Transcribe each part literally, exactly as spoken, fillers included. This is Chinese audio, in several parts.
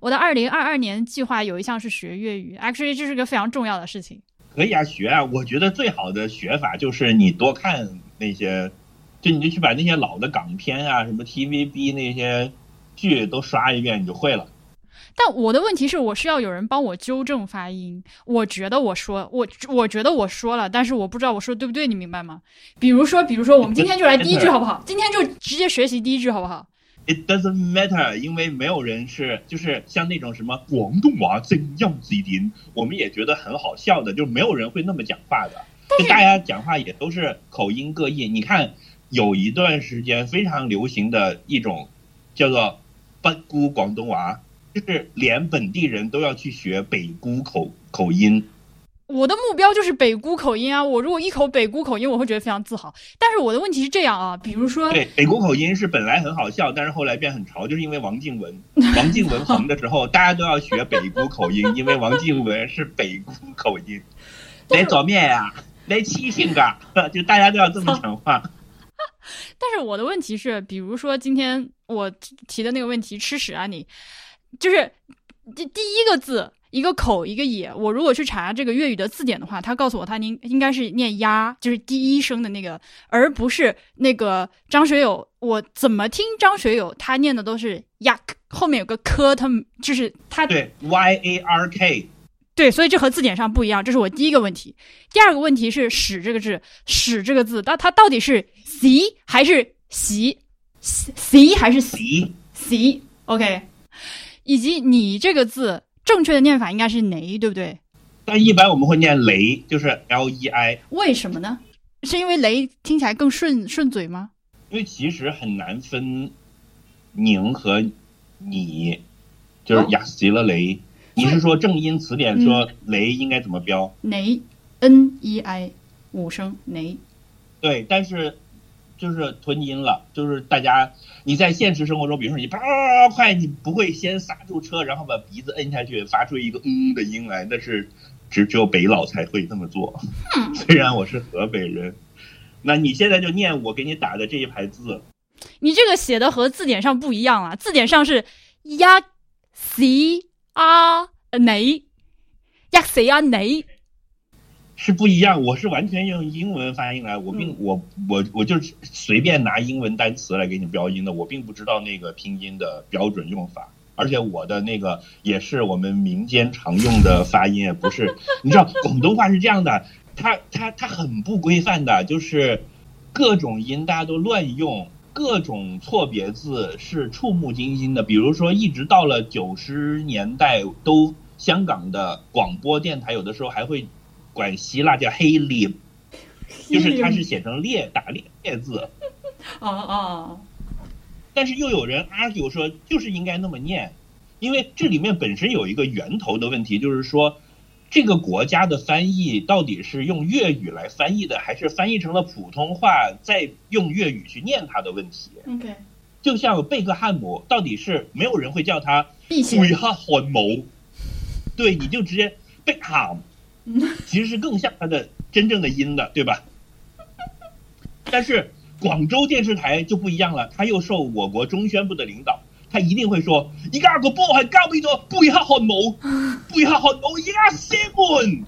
我的二零二二年计划有一项是学粤语 ，actually 这是个非常重要的事情。 可以啊，学啊！我觉得最好的学法就是你多看那些，就你就去把那些老的港片啊，什么 T V B 那些剧都刷一遍，你就会了。 但我的问题是，我是要有人帮我纠正发音。我觉得我说我我觉得我说了，但是我不知道我说的对不对，你明白吗？比如说，比如说，我们今天就来第一句好不好？今天就直接学习第一句好不好 ？It doesn't matter， 因为没有人是就是像那种什么广东话怎样子一点，我们也觉得很好笑的，就没有人会那么讲话的。就大家讲话也都是口音各异。你看，有一段时间非常流行的一种叫做北姑广东话。就是连本地人都要去学北姑口口音。 我的目标就是北姑口音啊！我如果一口北姑口音，我会觉得非常自豪。但是我的问题是这样啊，比如说， 对，北姑口音是本来很好笑，但是后来变很潮，就是因为王靖雯，王靖雯红的时候，大家都要学北姑口音，因为王靖雯是北姑口音。来做面呀，来起性个，就大家都要这么讲话。 但是我的问题是，比如说今天我提的那个问题，吃屎啊你！就是第第一个字一个口一个野，我如果去查这个粤语的字典的话，他告诉我他应应该是念鸭，就是第一声的那个，而不是那个张学友。我怎么听张学友他念的都是呀，后面有个科，他就是他对 Y A R K， 对，所以这和字典上不一样，这是我第一个问题。第二个问题是屎这个字，屎这个字，它它到底是习还是习？习还是习？习 OK。以及你这个字正确的念法应该是雷，对不对？ 但一般我们会念雷，就是 L E I。 为什么呢？是因为雷听起来更顺顺嘴吗？ 因为其实很难分宁和你，就是雅习了雷。哦、你是说正音词典说雷应该怎么标？ 雷 N E I 五声雷。 对，但是就是吞音了，就是大家你在现实生活中，比如说你啪快，你不会先刹住车，然后把鼻子摁下去，发出一个嗯的音来，那是只只有北佬才会这么做。嗯、虽然我是河北人，那你现在就念我给你打的这一排字。 你这个写的和字典上不一样啊，字典上是呀西啊雷，呀西啊雷。 是不一样，我是完全用英文发音来，我并、嗯、我我我就随便拿英文单词来给你标音的，我并不知道那个拼音的标准用法，而且我的那个也是我们民间常用的发音，也不是，你知道广东话是这样的，它它它很不规范的，就是各种音大家都乱用，各种错别字是触目惊心的，比如说一直到了九十年代，都香港的广播电台有的时候还会管希腊叫黑列，就是它是写成列打列列字。 哦哦。 但是又有人 argue 说就是应该那么念，因为这里面本身有一个源头的问题，就是说这个国家的翻译到底是用粤语来翻译的，还是翻译成了普通话再用粤语去念它的问题。 OK。 就像贝克汉姆，到底是没有人会叫他贝克汉姆，对，你就直接贝克汉姆。其实是更像它的真正的音的，对吧？但是广州电视台就不一样了，它又受我国中宣部的领导，他一定会說：而家個波係交俾咗貝克漢姆，貝克漢姆而家射門。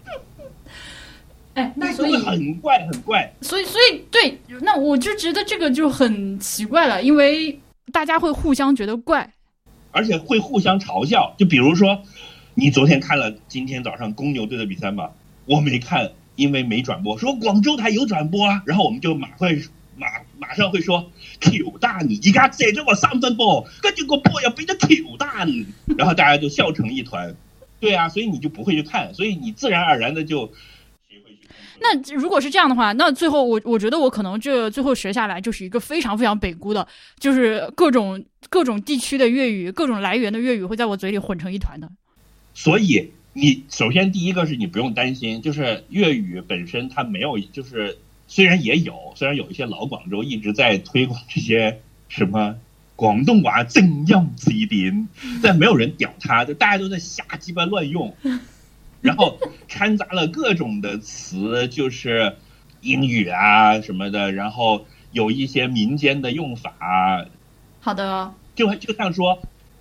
哎，那所以很怪很怪。 所以所以对，那我就觉得这个就很奇怪了，因为大家会互相觉得怪， 而且会互相嘲笑。就比如说，你昨天看了今天早上公牛队的比赛吗？我没看，因为没转播。说广州台有转播啊，然后我们就马会马马上会說喬丹而家射咗個三分波，跟住個波又俾咗喬丹，然後大家就笑成一團。對啊，所以你就不會去看，所以你自然而然的就。 那如果是这样的话，那最后我我觉得我可能这最后学下来就是一个非常非常北姑的，就是各种各种地区的粤语，各种来源的粤语会在我嘴里混成一团的。 所以你首先第一个是你不用担心，就是粤语本身它没有，就是虽然也有，虽然有一些老广州一直在推广这些什么广东话正音字典，但没有人屌它，就大家都在瞎鸡巴乱用。然后掺杂了各种的词，就是英语啊什么的，然后有一些民间的用法。 好的， 就就像说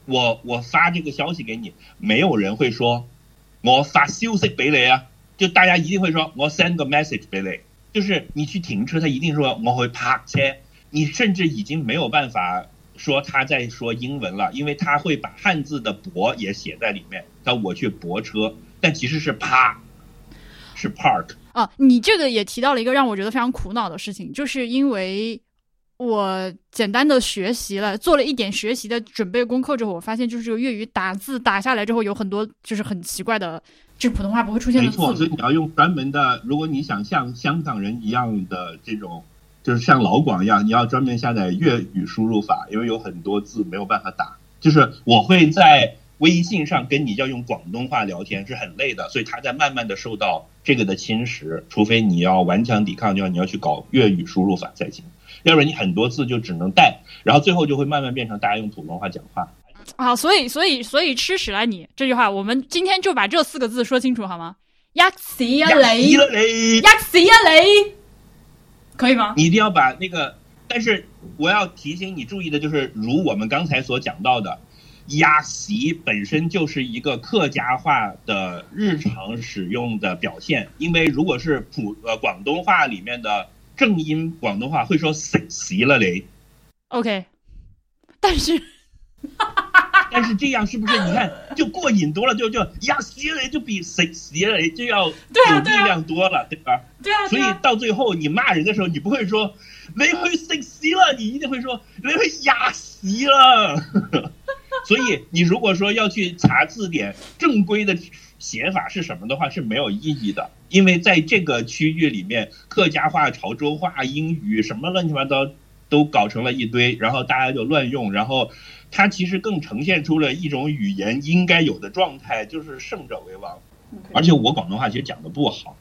我我发这个消息给你，没有人会说我发消息俾你啊，就大家一定会说我 send 个 message 俾你。就是你去停车，他一定说我会泊车，你甚至已经没有办法说他在说英文了，因为他会把汉字的泊也写在里面，叫我去泊车，但其实是趴，是 park。 啊，你这个也提到了一个让我觉得非常苦恼的事情，就是因为我简单的学习了，做了一点学习的准备功课之后，我发现就是这个粤语打字打下来之后有很多就是很奇怪的，就是普通话不会出现的字。 没错，所以你要用专门的，如果你想像香港人一样的这种，就是像老广一样，你要专门下载粤语输入法，因为有很多字没有办法打。就是我会在微信上跟你要用广东话聊天是很累的，所以他在慢慢的受到这个的侵蚀，除非你要顽强抵抗，就要你要去搞粤语输入法才行，要不然你很多字就只能带，然后最后就会慢慢变成大家用普通话讲话。 啊，所以所以所以吃屎了你这句话，我们今天就把这四个字说清楚好吗？吔屎啊你，吔屎啊你，可以吗？ 你一定要把那个，但是我要提醒你注意的就是，如我们刚才所讲到的，吔屎本身就是一个客家话的日常使用的表现，因为如果是普呃广东话里面的正音广东话会说食屎了你 ，OK， 但是。 但是这样是不是你看就过瘾多了，就就吔屎了就比食屎了就要有力量多了，对吧？ 对啊， 所以到最后你骂人的时候，你不会说你去食屎了，你一定会说你去吔屎了。所以你如果说要去查字典正规的写法是什么的话是没有意义的，因为在这个区域里面，客家话、潮州话、英语什么乱七八糟都搞成了一堆，然后大家就乱用，然后它其实更呈现出了一种语言应该有的状态，就是胜者为王。Okay. 而且我广东话其实讲的不好，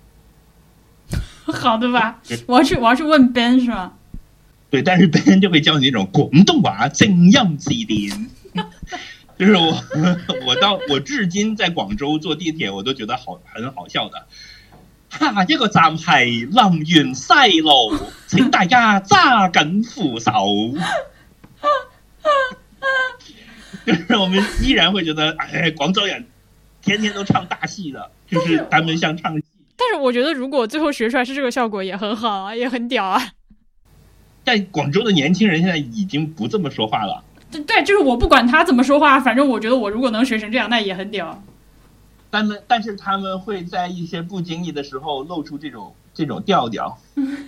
好的吧？我要去我要去问 Ben 是吗？ 对，但是 Ben 就会教你那种广东话正音字典。就是我我到我至今在广州坐地铁，我都觉得好很好笑的。下一個站係林園西路，請大家揸緊扶手。就是我们依然会觉得，哎，广州人天天都唱大戏的，就是他们像唱戏。 但是我觉得，如果最后学出来是这个效果，也很好啊，也很屌啊。 但广州的年轻人现在已经不这么说话了。 对，就是我不管他怎么说话，反正我觉得我如果能学成这样，那也很屌。 他们，但是他们会在一些不经意的时候露出这种这种调调，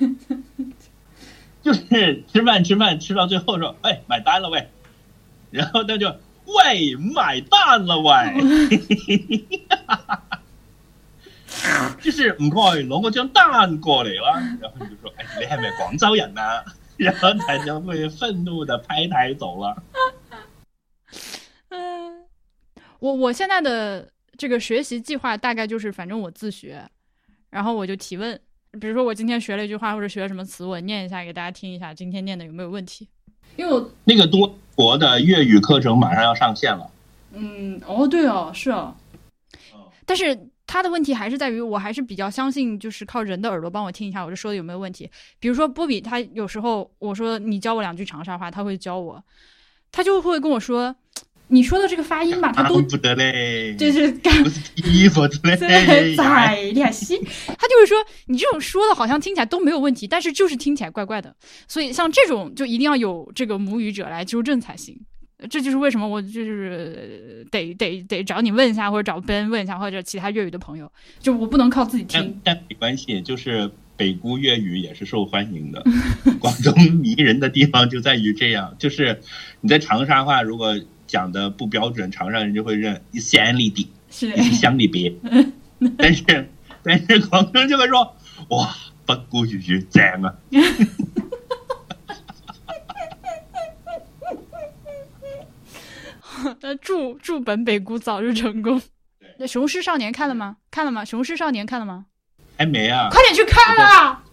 就是吃饭吃饭吃到最后说，哎，买单了喂，然后他就喂买单了喂，就是唔該攞嗰張單過嚟啦，然後就說，哎，你係咪廣州人啊？然後他就會憤怒的拍台走了。 嗯，我我现在的这个学习计划大概就是，反正我自学，然后我就提问，比如说我今天学了一句话或者学了什么词，我念一下给大家听一下，今天念的有没有问题？因为我那个多国的粤语课程马上要上线了。 嗯，哦，对哦，是哦，但是他的问题还是在于，我还是比较相信，就是靠人的耳朵帮我听一下，我这说的有没有问题。比如说波比，他有时候我说你教我两句长沙话，他会教我，他就会跟我说，你说的这个发音吧，他都不得嘞， 就是不是衣服的嘞， 在练习。他就是说，你这种说的好像听起来都没有问题，但是就是听起来怪怪的。所以像这种就一定要有这个母语者来纠正才行。这就是为什么我就是得得得找你问一下，或者找 Ben 问一下，或者其他粤语的朋友，就我不能靠自己听。 但, 但没关系，就是北姑粤语也是受欢迎的。广东迷人的地方就在于这样，就是你在长沙话如果讲的不标准，长沙人就会认你乡里地， 是你是乡里别。但是但是广东人就会说，哇，北姑粤语正啊。 那祝祝本北姑早日成功。那《雄狮少年》看了吗？看了吗？《雄狮少年》看了吗？ 还没啊， 快点去看啊！